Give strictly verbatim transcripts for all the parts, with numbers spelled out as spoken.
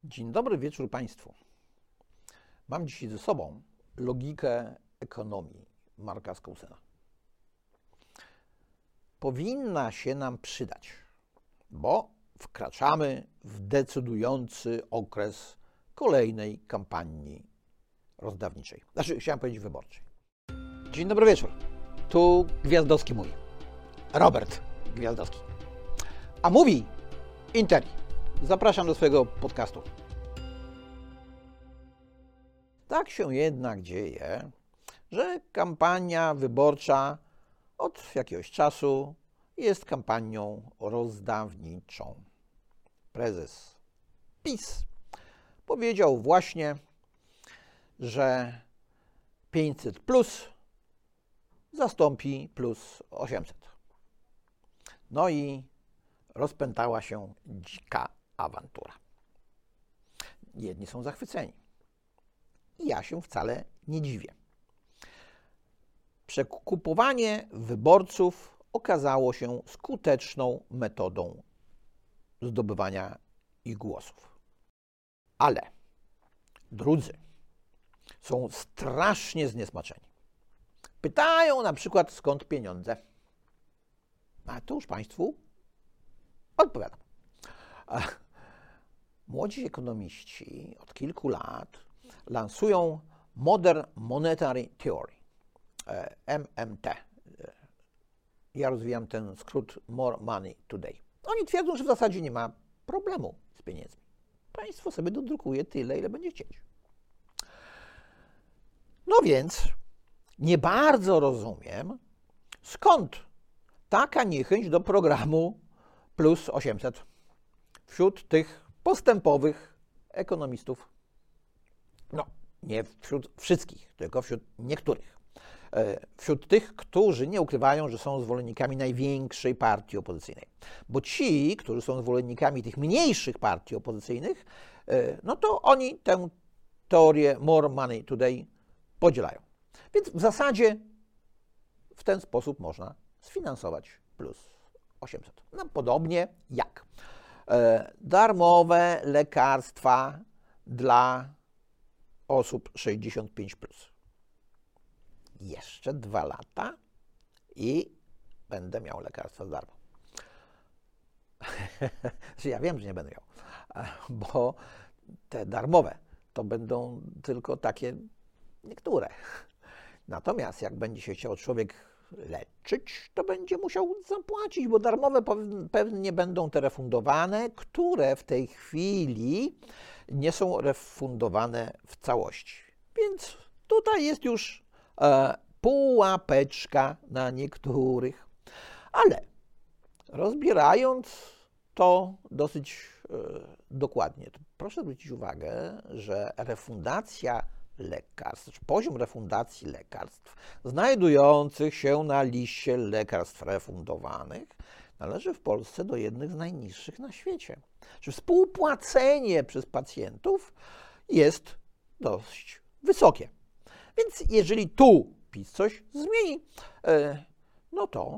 Dzień dobry wieczór Państwu. Mam dzisiaj ze sobą logikę ekonomii Marka Skausena. Powinna się nam przydać, bo wkraczamy w decydujący okres kolejnej kampanii rozdawniczej. Znaczy, chciałem powiedzieć wyborczej. Dzień dobry wieczór. Tu Gwiazdowski mówi. Robert Gwiazdowski. A mówi Interi. Zapraszam do swojego podcastu. Tak się jednak dzieje, że kampania wyborcza od jakiegoś czasu jest kampanią rozdawniczą. Prezes PiS powiedział właśnie, że pięćset plus zastąpi plus osiemset. No i rozpętała się dzika awantura. Jedni są zachwyceni. I ja się wcale nie dziwię. Przekupowanie wyborców okazało się skuteczną metodą zdobywania ich głosów. Ale drudzy są strasznie zniesmaczeni. Pytają na przykład, skąd pieniądze. A to już Państwu odpowiadam. Młodzi ekonomiści od kilku lat lansują Modern Monetary Theory, M M T. Ja rozwijam ten skrót More Money Today. Oni twierdzą, że w zasadzie nie ma problemu z pieniędzmi. Państwo sobie dodrukuje tyle, ile będzie chcieć. No więc nie bardzo rozumiem, skąd taka niechęć do programu plus osiemset wśród tych postępowych ekonomistów. No, nie wśród wszystkich, tylko wśród niektórych. Wśród tych, którzy nie ukrywają, że są zwolennikami największej partii opozycyjnej. Bo ci, którzy są zwolennikami tych mniejszych partii opozycyjnych, no to oni tę teorię More Money Today podzielają. Więc w zasadzie w ten sposób można sfinansować plus osiemset. No, podobnie jak darmowe lekarstwa dla osób sześćdziesiąt pięć plus. Jeszcze dwa lata i będę miał lekarstwa za darmo. Ja wiem, że nie będę miał, bo te darmowe to będą tylko takie niektóre. Natomiast jak będzie się chciał człowiek leczyć, to będzie musiał zapłacić, bo darmowe pewnie będą te refundowane, które w tej chwili nie są refundowane w całości. Więc tutaj jest już e, pułapeczka na niektórych. Ale rozbierając to dosyć e, dokładnie, to proszę zwrócić uwagę, że refundacja lekarstw, poziom refundacji lekarstw znajdujących się na liście lekarstw refundowanych należy w Polsce do jednych z najniższych na świecie. Czyli współpłacenie przez pacjentów jest dość wysokie. Więc jeżeli tu PiS coś zmieni, no to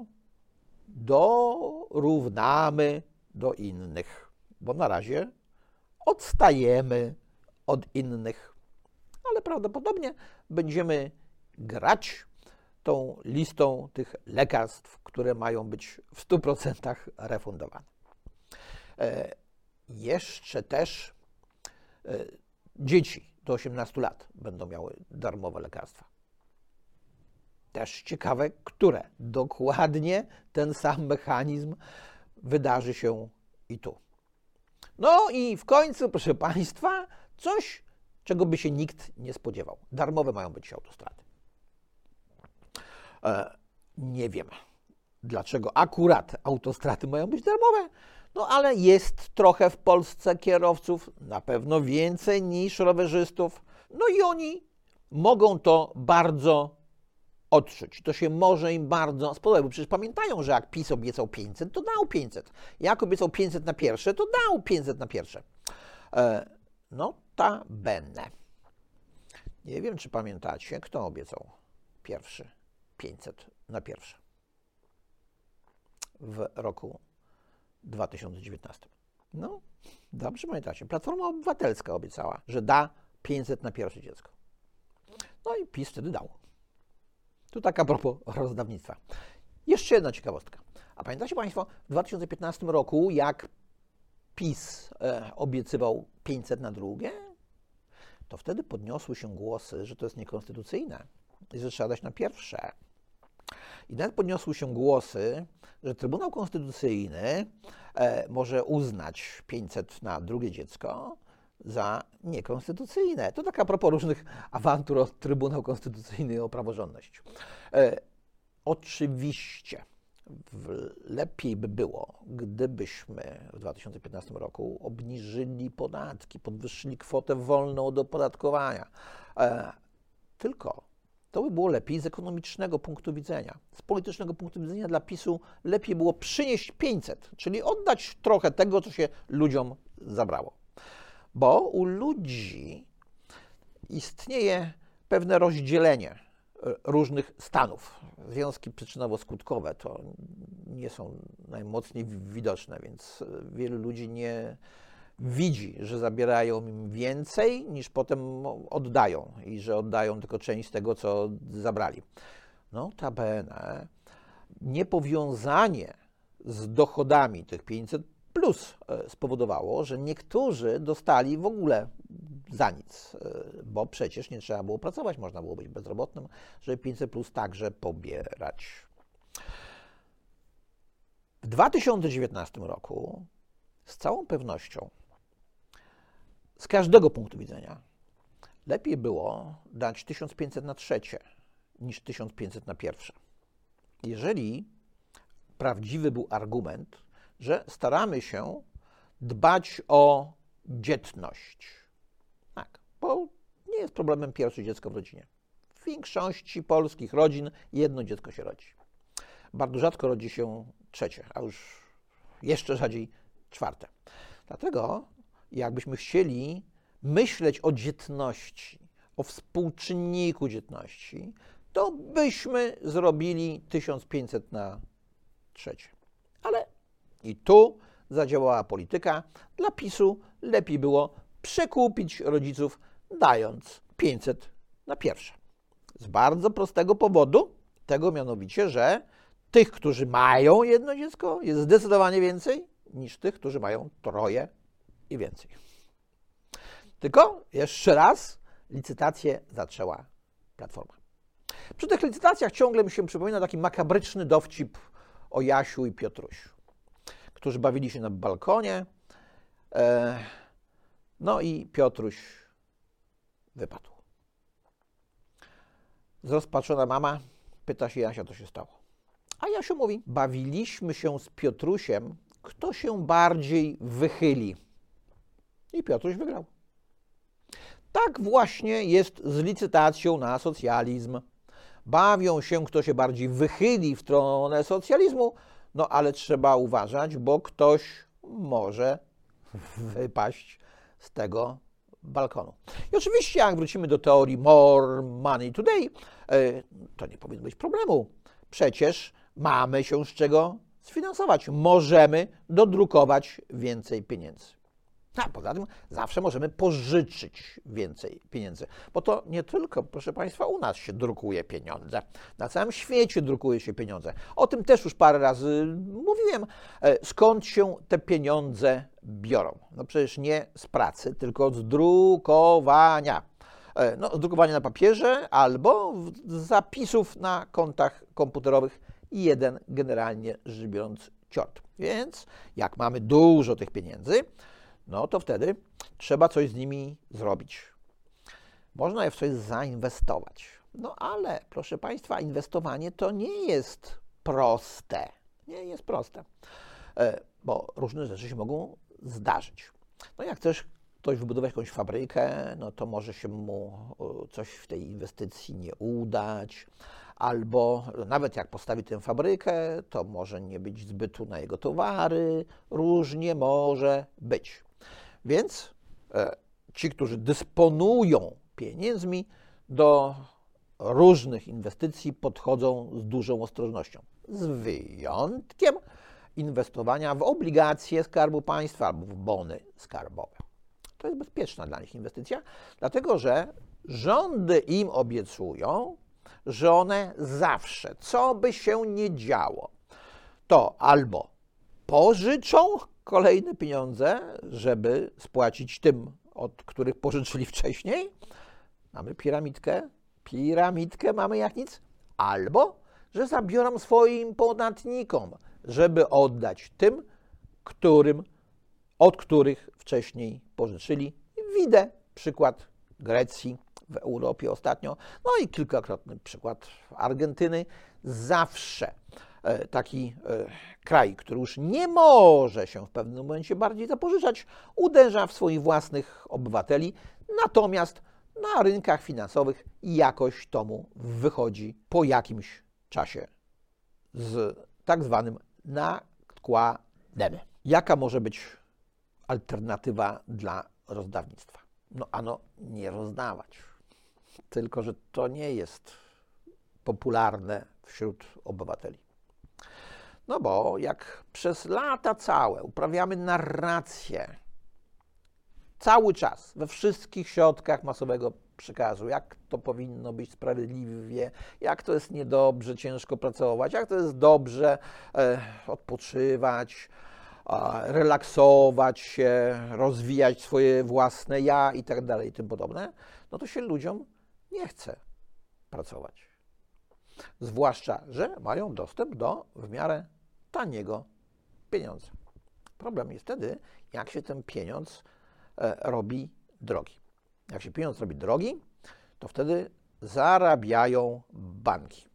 dorównamy do innych, bo na razie odstajemy od innych. Ale prawdopodobnie będziemy grać tą listą tych lekarstw, które mają być w stu procentach refundowane. E, jeszcze też e, dzieci do osiemnastu lat będą miały darmowe lekarstwa. Też ciekawe, które. Dokładnie ten sam mechanizm wydarzy się i tu. No i w końcu, proszę Państwa, coś, czego by się nikt nie spodziewał. Darmowe mają być autostrady. E, nie wiem, dlaczego akurat autostrady mają być darmowe, no ale jest trochę w Polsce kierowców, na pewno więcej niż rowerzystów, no i oni mogą to bardzo odczuć. To się może im bardzo spodobać, bo przecież pamiętają, że jak PiS obiecał pięćset, to dał pięćset. Jak obiecał pięćset na pierwsze, to dał pięćset na pierwsze. E, Notabene. Nie wiem, czy pamiętacie, kto obiecał pierwszy pięćset na pierwsze w roku dwa tysiące dziewiętnastym. No, dobrze pamiętacie. Platforma Obywatelska obiecała, że da pięćset na pierwsze dziecko. No i PiS wtedy dał. Tu tak a propos rozdawnictwa. Jeszcze jedna ciekawostka. A pamiętacie Państwo w dwa tysiące piętnastym roku, jak PiS e, obiecywał pięćset na drugie? To wtedy podniosły się głosy, że to jest niekonstytucyjne i że trzeba dać na pierwsze. I nawet podniosły się głosy, że Trybunał Konstytucyjny e, może uznać pięćset na drugie dziecko za niekonstytucyjne. To tak a propos różnych awantur o Trybunał Konstytucyjny i o praworządność. E, oczywiście lepiej by było, gdybyśmy w dwa tysiące piętnastym roku obniżyli podatki, podwyższyli kwotę wolną od opodatkowania. E, tylko to by było lepiej z ekonomicznego punktu widzenia. Z politycznego punktu widzenia dla PiSu lepiej było przynieść pięćset, czyli oddać trochę tego, co się ludziom zabrało. Bo u ludzi istnieje pewne rozdzielenie różnych stanów. Związki przyczynowo-skutkowe to nie są najmocniej widoczne, więc wielu ludzi nie widzi, że zabierają im więcej, niż potem oddają i że oddają tylko część z tego, co zabrali. Notabene niepowiązanie z dochodami tych pięćset plus spowodowało, że niektórzy dostali w ogóle za nic, bo przecież nie trzeba było pracować, można było być bezrobotnym, żeby pięćset plus także pobierać. W dwa tysiące dziewiętnastym roku z całą pewnością, z każdego punktu widzenia, lepiej było dać tysiąc pięćset na trzecie niż tysiąc pięćset na pierwsze. Jeżeli prawdziwy był argument, że staramy się dbać o dzietność. Tak, bo nie jest problemem pierwsze dziecko w rodzinie. W większości polskich rodzin jedno dziecko się rodzi. Bardzo rzadko rodzi się trzecie, a już jeszcze rzadziej czwarte. Dlatego jakbyśmy chcieli myśleć o dzietności, o współczynniku dzietności, to byśmy zrobili tysiąc pięćset na trzecie. Ale i tu zadziałała polityka. Dla PiSu lepiej było przekupić rodziców, dając pięćset na pierwsze. Z bardzo prostego powodu, tego mianowicie, że tych, którzy mają jedno dziecko, jest zdecydowanie więcej niż tych, którzy mają troje i więcej. Tylko jeszcze raz licytację zaczęła Platforma. Przy tych licytacjach ciągle mi się przypomina taki makabryczny dowcip o Jasiu i Piotrusiu, którzy bawili się na balkonie, e, no i Piotruś wypadł. Zrozpaczona mama pyta się Jasia, co się stało. A Jasiu mówi, bawiliśmy się z Piotrusiem, kto się bardziej wychyli. I Piotruś wygrał. Tak właśnie jest z licytacją na socjalizm. Bawią się, kto się bardziej wychyli w stronę socjalizmu, no ale trzeba uważać, bo ktoś może wypaść z tego balkonu. I oczywiście, jak wrócimy do teorii more money today, to nie powinno być problemu. Przecież mamy się z czego sfinansować. Możemy dodrukować więcej pieniędzy. A poza tym zawsze możemy pożyczyć więcej pieniędzy, bo to nie tylko, proszę Państwa, u nas się drukuje pieniądze, na całym świecie drukuje się pieniądze. O tym też już parę razy mówiłem, skąd się te pieniądze biorą. No przecież nie z pracy, tylko z drukowania. No, z drukowania na papierze albo z zapisów na kontach komputerowych i jeden generalnie rzecz biorąc ciort. Więc jak mamy dużo tych pieniędzy, no to wtedy trzeba coś z nimi zrobić. Można je w coś zainwestować. No ale, proszę Państwa, inwestowanie to nie jest proste. Nie jest proste, bo różne rzeczy się mogą zdarzyć. No jak chcesz ktoś wybudować jakąś fabrykę, no to może się mu coś w tej inwestycji nie udać, albo nawet jak postawi tę fabrykę, to może nie być zbytu na jego towary, różnie może być. Więc e, ci, którzy dysponują pieniędzmi, do różnych inwestycji podchodzą z dużą ostrożnością. Z wyjątkiem inwestowania w obligacje Skarbu Państwa albo w bony skarbowe. To jest bezpieczna dla nich inwestycja, dlatego że rządy im obiecują, że one zawsze, co by się nie działo, to albo pożyczą kolejne pieniądze, żeby spłacić tym, od których pożyczyli wcześniej. Mamy piramidkę, piramidkę mamy jak nic. Albo, że zabiorą swoim podatnikom, żeby oddać tym, którym, od których wcześniej pożyczyli. Widzę przykład Grecji w Europie ostatnio, no i kilkakrotny przykład Argentyny. Zawsze taki kraj, który już nie może się w pewnym momencie bardziej zapożyczać, uderza w swoich własnych obywateli, natomiast na rynkach finansowych jakoś to mu wychodzi po jakimś czasie z tak zwanym nakładem. Jaka może być alternatywa dla rozdawnictwa? No ano nie rozdawać. Tylko że to nie jest popularne wśród obywateli. No bo jak przez lata całe uprawiamy narrację, cały czas, we wszystkich środkach masowego przekazu, jak to powinno być sprawiedliwie, jak to jest niedobrze ciężko pracować, jak to jest dobrze e, odpoczywać, e, relaksować się, rozwijać swoje własne ja i tak dalej i tym podobne, no to się ludziom nie chce pracować. Zwłaszcza, że mają dostęp do w miarę taniego pieniądza. Problem jest wtedy, jak się ten pieniądz e, robi drogi. Jak się pieniądz robi drogi, to wtedy zarabiają banki.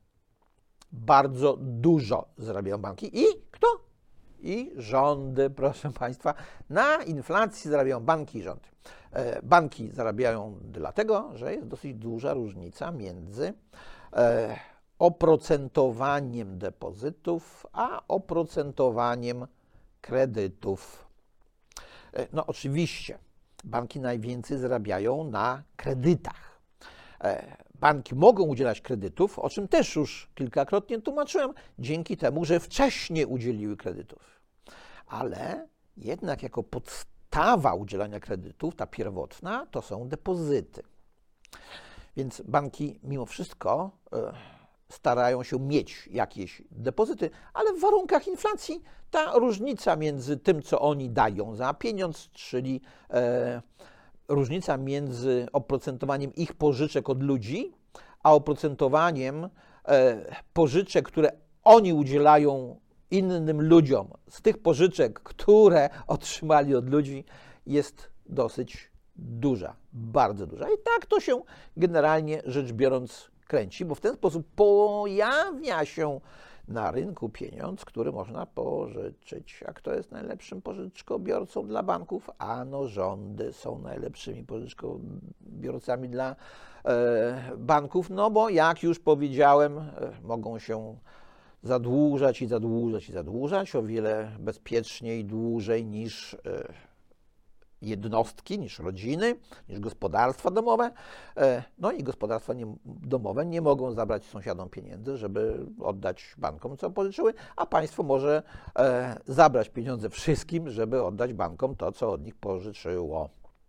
Bardzo dużo zarabiają banki. I kto? I rządy, proszę Państwa. Na inflacji zarabiają banki i rządy. E, banki zarabiają dlatego, że jest dosyć duża różnica między e, oprocentowaniem depozytów, a oprocentowaniem kredytów. No oczywiście, banki najwięcej zarabiają na kredytach. Banki mogą udzielać kredytów, o czym też już kilkakrotnie tłumaczyłem, dzięki temu, że wcześniej udzieliły kredytów. Ale jednak jako podstawa udzielania kredytów, ta pierwotna, to są depozyty. Więc banki mimo wszystko starają się mieć jakieś depozyty, ale w warunkach inflacji ta różnica między tym, co oni dają za pieniądz, czyli e, różnica między oprocentowaniem ich pożyczek od ludzi, a oprocentowaniem e, pożyczek, które oni udzielają innym ludziom z tych pożyczek, które otrzymali od ludzi, jest dosyć duża, bardzo duża. I tak to się generalnie rzecz biorąc kręci, bo w ten sposób pojawia się na rynku pieniądz, który można pożyczyć. A kto jest najlepszym pożyczkobiorcą dla banków? Ano rządy są najlepszymi pożyczkobiorcami dla e, banków, no bo jak już powiedziałem, e, mogą się zadłużać i zadłużać i zadłużać o wiele bezpieczniej, dłużej niż e, jednostki, niż rodziny, niż gospodarstwa domowe. No i gospodarstwa nie, domowe nie mogą zabrać sąsiadom pieniędzy, żeby oddać bankom, co pożyczyły, a państwo może e, zabrać pieniądze wszystkim, żeby oddać bankom to, co od nich pożyczyło.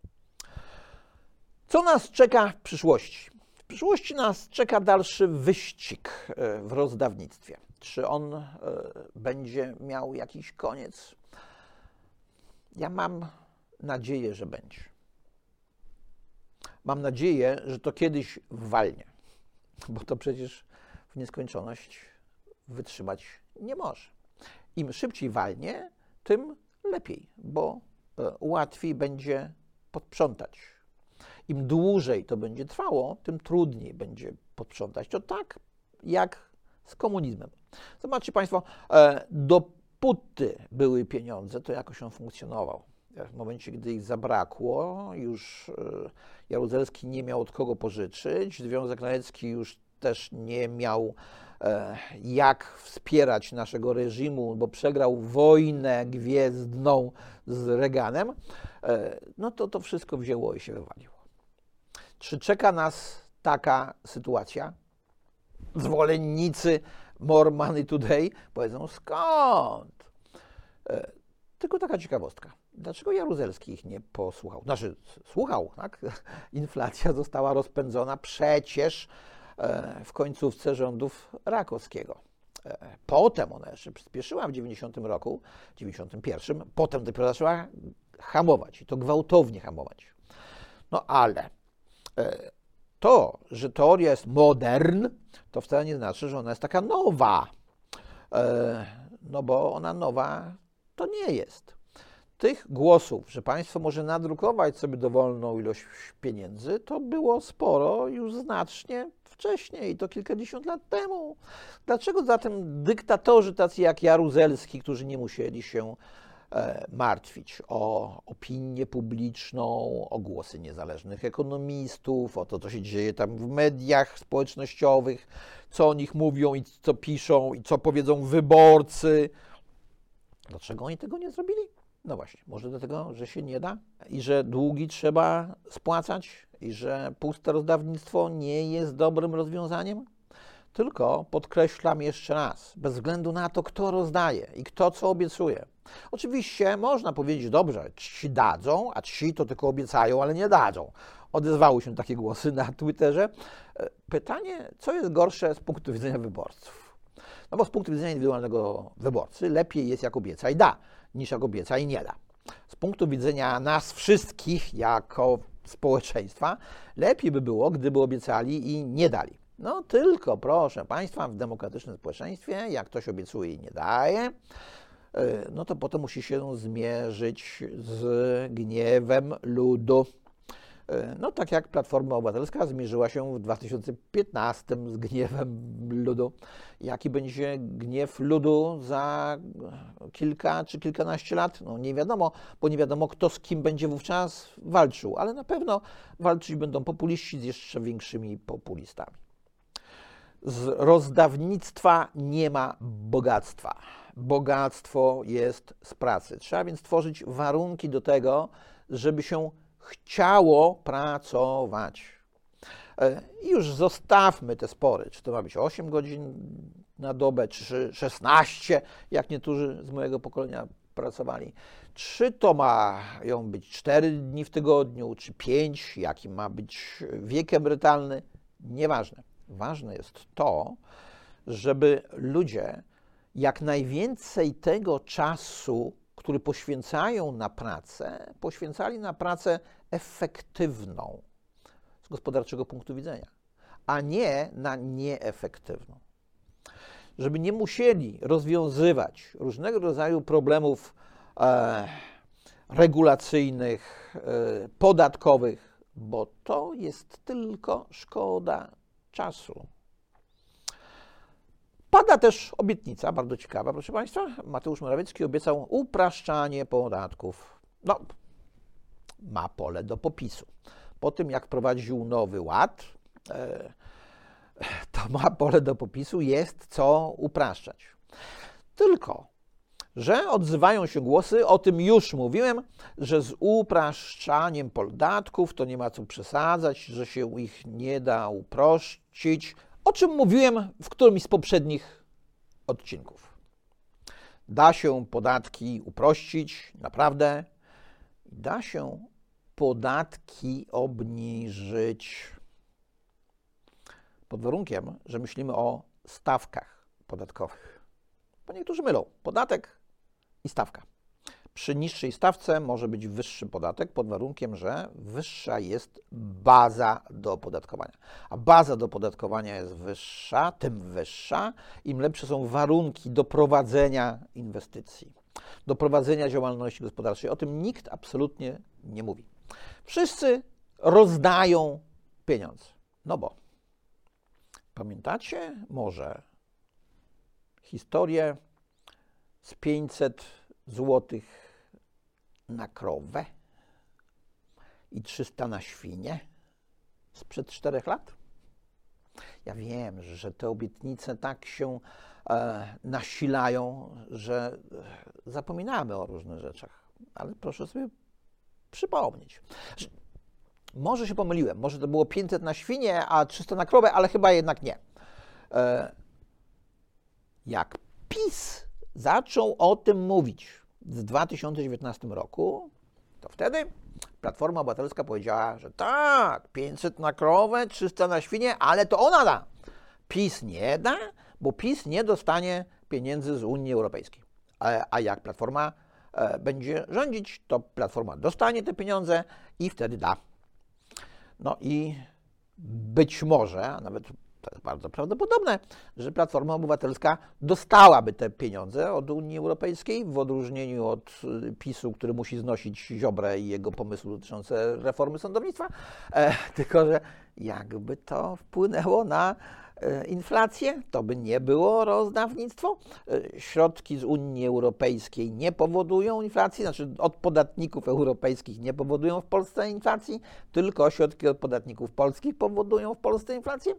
Co nas czeka w przyszłości? W przyszłości nas czeka dalszy wyścig w rozdawnictwie. Czy on e, będzie miał jakiś koniec? Ja mam nadzieję, że będzie. Mam nadzieję, że to kiedyś walnie, bo to przecież w nieskończoność wytrzymać nie może. Im szybciej walnie, tym lepiej, bo łatwiej będzie podprzątać. Im dłużej to będzie trwało, tym trudniej będzie podprzątać. To tak jak z komunizmem. Zobaczcie Państwo, dopóty były pieniądze, to jakoś on funkcjonował. W momencie, gdy ich zabrakło, już Jaruzelski nie miał od kogo pożyczyć, Związek Radziecki już też nie miał jak wspierać naszego reżimu, bo przegrał wojnę gwiezdną z Reaganem, no to to wszystko wzięło i się wywaliło. Czy czeka nas taka sytuacja? Zwolennicy More Money Today powiedzą, skąd? Tylko taka ciekawostka. Dlaczego Jaruzelski ich nie posłuchał? Znaczy, słuchał, tak? Inflacja została rozpędzona przecież w końcówce rządów Rakowskiego. Potem ona jeszcze przyspieszyła w dziewięćdziesiątym roku, dziewięćdziesiątym pierwszym, potem dopiero zaczęła hamować i to gwałtownie hamować. No ale to, że teoria jest modern, to wcale nie znaczy, że ona jest taka nowa. No bo ona nowa to nie jest. Tych głosów, że państwo może nadrukować sobie dowolną ilość pieniędzy, to było sporo już znacznie wcześniej, i to kilkadziesiąt lat temu. Dlaczego zatem dyktatorzy tacy jak Jaruzelski, którzy nie musieli się e, martwić o opinię publiczną, o głosy niezależnych ekonomistów, o to, co się dzieje tam w mediach społecznościowych, co o nich mówią i co piszą i co powiedzą wyborcy, dlaczego oni tego nie zrobili? No właśnie, może dlatego, że się nie da i że długi trzeba spłacać i że puste rozdawnictwo nie jest dobrym rozwiązaniem? Tylko podkreślam jeszcze raz, bez względu na to, kto rozdaje i kto co obiecuje. Oczywiście można powiedzieć, dobrze, ci dadzą, a ci to tylko obiecają, ale nie dadzą. Odezwały się takie głosy na Twitterze. Pytanie, co jest gorsze z punktu widzenia wyborców? No bo z punktu widzenia indywidualnego wyborcy lepiej jest, jak obieca i da, niż jak obieca i nie da. Z punktu widzenia nas wszystkich jako społeczeństwa lepiej by było, gdyby obiecali i nie dali. No tylko, proszę Państwa, w demokratycznym społeczeństwie, jak ktoś obiecuje i nie daje, no to potem musi się zmierzyć z gniewem ludu. No tak jak Platforma Obywatelska zmierzyła się w dwa tysiące piętnastym z gniewem ludu. Jaki będzie gniew ludu za kilka czy kilkanaście lat? No nie wiadomo, bo nie wiadomo, kto z kim będzie wówczas walczył, ale na pewno walczyć będą populiści z jeszcze większymi populistami. Z rozdawnictwa nie ma bogactwa. Bogactwo jest z pracy. Trzeba więc tworzyć warunki do tego, żeby się chciało pracować. I już zostawmy te spory, czy to ma być osiem godzin na dobę, czy szesnaście, jak niektórzy z mojego pokolenia pracowali. Czy to mają być cztery dni w tygodniu, czy pięć, jaki ma być wiek emerytalny, nieważne. Ważne jest to, żeby ludzie jak najwięcej tego czasu, który poświęcają na pracę, poświęcali na pracę efektywną z gospodarczego punktu widzenia, a nie na nieefektywną. Żeby nie musieli rozwiązywać różnego rodzaju problemów e, regulacyjnych, e, podatkowych, bo to jest tylko szkoda czasu. Pada też obietnica, bardzo ciekawa, proszę Państwa. Mateusz Morawiecki obiecał upraszczanie podatków. No, ma pole do popisu. Po tym, jak wprowadził nowy ład, to ma pole do popisu, jest co upraszczać. Tylko, że odzywają się głosy, o tym już mówiłem, że z upraszczaniem podatków to nie ma co przesadzać, że się ich nie da uprościć, o czym mówiłem w którymś z poprzednich odcinków. Da się podatki uprościć, naprawdę. Da się podatki obniżyć. Pod warunkiem, że myślimy o stawkach podatkowych. Bo niektórzy mylą podatek i stawka. Przy niższej stawce może być wyższy podatek pod warunkiem, że wyższa jest baza do opodatkowania. A baza do opodatkowania jest wyższa, tym wyższa, im lepsze są warunki do prowadzenia inwestycji, do prowadzenia działalności gospodarczej. O tym nikt absolutnie nie mówi. Wszyscy rozdają pieniądze. No bo pamiętacie może historię z pięćset złotych na krowę i trzysta na świnie sprzed czterech lat? Ja wiem, że te obietnice tak się e, nasilają, że zapominamy o różnych rzeczach, ale proszę sobie przypomnieć. Może się pomyliłem, może to było pięćset na świnie, a trzysta na krowę, ale chyba jednak nie. E, jak PiS zaczął o tym mówić, w dwa tysiące dziewiętnastym roku, to wtedy Platforma Obywatelska powiedziała, że tak, pięćset na krowę, trzysta na świnie, ale to ona da. PiS nie da, bo PiS nie dostanie pieniędzy z Unii Europejskiej. A, a jak Platforma e, będzie rządzić, to Platforma dostanie te pieniądze i wtedy da. No i być może, a nawet to jest bardzo prawdopodobne, że Platforma Obywatelska dostałaby te pieniądze od Unii Europejskiej, w odróżnieniu od PiSu, który musi znosić Ziobrę i jego pomysły dotyczące reformy sądownictwa, e, tylko że jakby to wpłynęło na e, inflację, to by nie było rozdawnictwo. E, środki z Unii Europejskiej nie powodują inflacji, znaczy od podatników europejskich nie powodują w Polsce inflacji, tylko środki od podatników polskich powodują w Polsce inflację.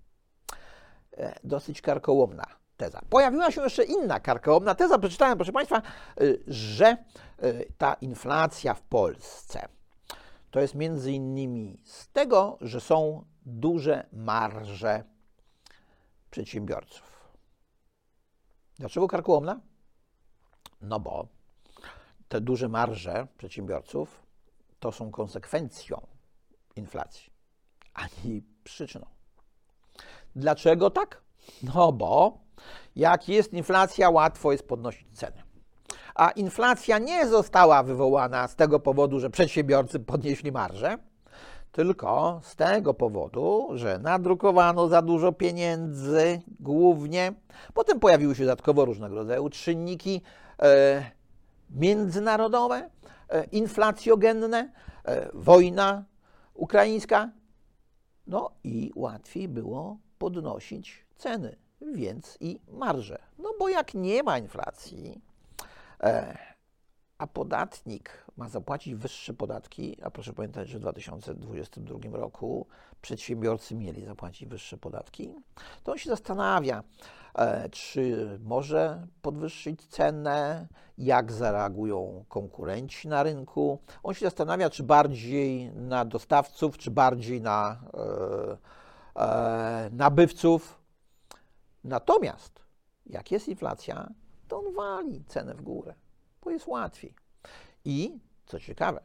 Dosyć karkołomna teza. Pojawiła się jeszcze inna karkołomna teza. Przeczytałem, proszę Państwa, że ta inflacja w Polsce to jest między innymi z tego, że są duże marże przedsiębiorców. Dlaczego karkołomna? No bo te duże marże przedsiębiorców to są konsekwencją inflacji, a nie przyczyną. Dlaczego tak? No bo jak jest inflacja, łatwo jest podnosić ceny. A inflacja nie została wywołana z tego powodu, że przedsiębiorcy podnieśli marże, tylko z tego powodu, że nadrukowano za dużo pieniędzy głównie. Potem pojawiły się dodatkowo różnego rodzaju czynniki e, międzynarodowe, e, inflacjogenne, e, wojna ukraińska. No i łatwiej było podnosić ceny, więc i marże. No bo jak nie ma inflacji, e, a podatnik ma zapłacić wyższe podatki, a proszę pamiętać, że w dwa tysiące dwudziestym drugim roku przedsiębiorcy mieli zapłacić wyższe podatki, to on się zastanawia, e, czy może podwyższyć cenę, jak zareagują konkurenci na rynku. On się zastanawia, czy bardziej na dostawców, czy bardziej na e, e, nabywców. Natomiast jak jest inflacja, to on wali cenę w górę, bo jest łatwiej. I co ciekawe,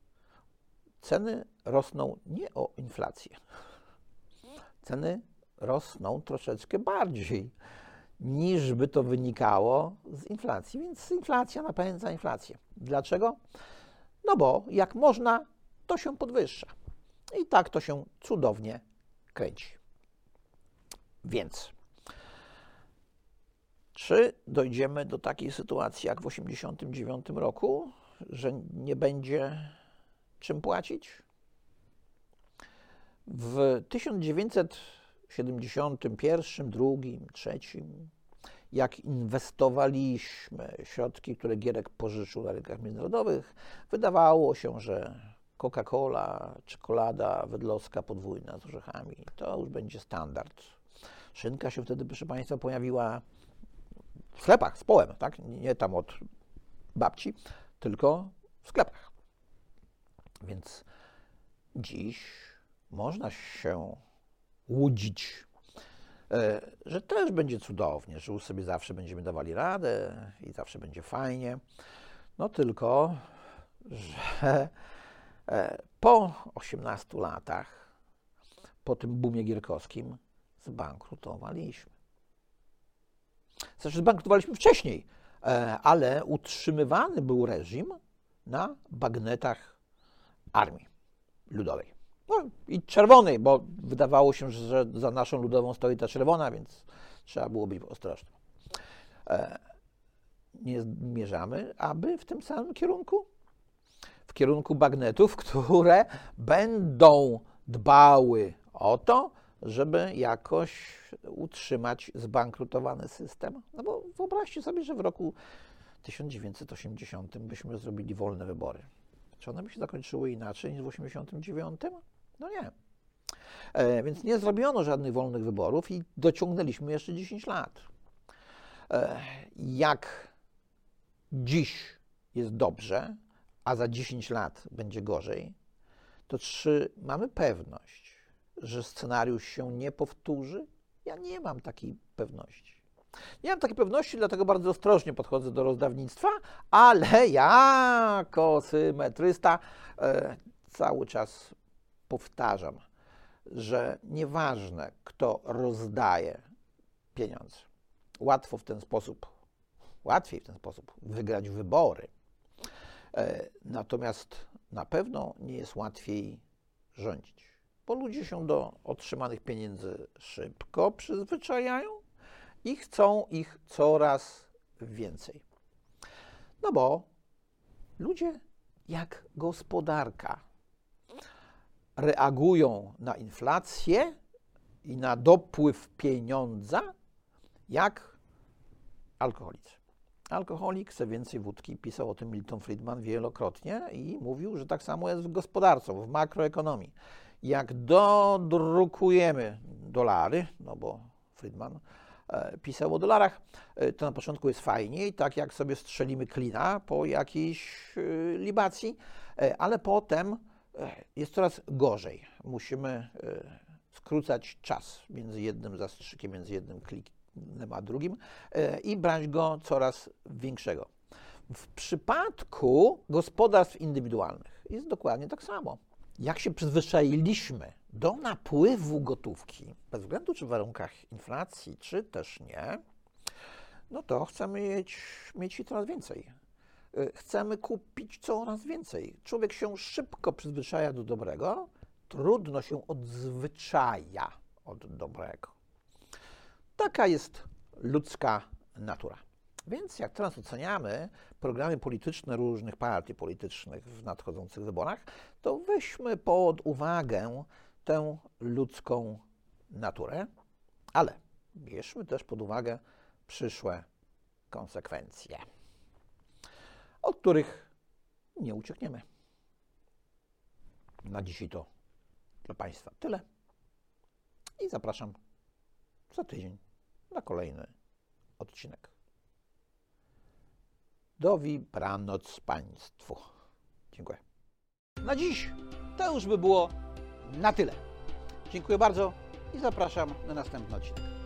ceny rosną nie o inflację. Ceny rosną troszeczkę bardziej, niż by to wynikało z inflacji. Więc inflacja napędza inflację. Dlaczego? No bo jak można, to się podwyższa. I tak to się cudownie kręci. Więc czy dojdziemy do takiej sytuacji jak w osiemdziesiątym dziewiątym roku, że nie będzie czym płacić? W tysiąc dziewięćset siedemdziesiątym pierwszym, drugim, trzecim, jak inwestowaliśmy środki, które Gierek pożyczył na rynkach międzynarodowych, wydawało się, że Coca-Cola, czekolada wedlowska podwójna z orzechami to już będzie standard. Szynka się wtedy, proszę Państwa, pojawiła w sklepach z połem, tak? Nie tam od babci, tylko w sklepach. Więc dziś można się łudzić, że też będzie cudownie, że już sobie zawsze będziemy dawali radę i zawsze będzie fajnie. No tylko, że po osiemnastu latach, po tym boomie gierkowskim, zbankrutowaliśmy. Znaczy zbankrutowaliśmy wcześniej, ale utrzymywany był reżim na bagnetach Armii Ludowej. No i czerwonej, bo wydawało się, że za naszą ludową stoi ta czerwona, więc trzeba było być ostrożnym. Nie zmierzamy, aby w tym samym kierunku? W kierunku bagnetów, które będą dbały o to, żeby jakoś utrzymać zbankrutowany system. No bo wyobraźcie sobie, że w roku tysiąc dziewięćset osiemdziesiątym byśmy zrobili wolne wybory. Czy one by się zakończyły inaczej niż w osiemdziesiątym dziewiątym? No nie. E, więc nie zrobiono żadnych wolnych wyborów i dociągnęliśmy jeszcze dziesięć lat. E, jak dziś jest dobrze, a za dziesięć lat będzie gorzej, to czy mamy pewność, że scenariusz się nie powtórzy? Ja nie mam takiej pewności. Nie mam takiej pewności, dlatego bardzo ostrożnie podchodzę do rozdawnictwa, ale jako symetrysta e, cały czas powtarzam, że nieważne, kto rozdaje pieniądze, łatwo w ten sposób, łatwiej w ten sposób wygrać wybory. E, natomiast na pewno nie jest łatwiej rządzić, bo ludzie się do otrzymanych pieniędzy szybko przyzwyczajają i chcą ich coraz więcej. No bo ludzie jak gospodarka reagują na inflację i na dopływ pieniądza jak alkoholicy. Alkoholik chce więcej wódki, pisał o tym Milton Friedman wielokrotnie i mówił, że tak samo jest w gospodarce, w makroekonomii. Jak dodrukujemy dolary, no bo Friedman e, pisał o dolarach, e, to na początku jest fajniej, tak jak sobie strzelimy klina po jakiejś e, libacji, e, ale potem e, jest coraz gorzej. Musimy e, skrócać czas między jednym zastrzykiem, między jednym klikiem a drugim e, i brać go coraz większego. W przypadku gospodarstw indywidualnych jest dokładnie tak samo. Jak się przyzwyczailiśmy do napływu gotówki, bez względu czy w warunkach inflacji, czy też nie, no to chcemy mieć, mieć coraz więcej. Chcemy kupić coraz więcej. Człowiek się szybko przyzwyczaja do dobrego, trudno się odzwyczaja od dobrego. Taka jest ludzka natura. Więc jak teraz oceniamy programy polityczne różnych partii politycznych w nadchodzących wyborach, to weźmy pod uwagę tę ludzką naturę, ale bierzmy też pod uwagę przyszłe konsekwencje, od których nie uciekniemy. Na dzisiaj to dla Państwa tyle i zapraszam za tydzień na kolejny odcinek. Dobranoc Państwu. Dziękuję. Na dziś to już by było na tyle. Dziękuję bardzo i zapraszam na następny odcinek.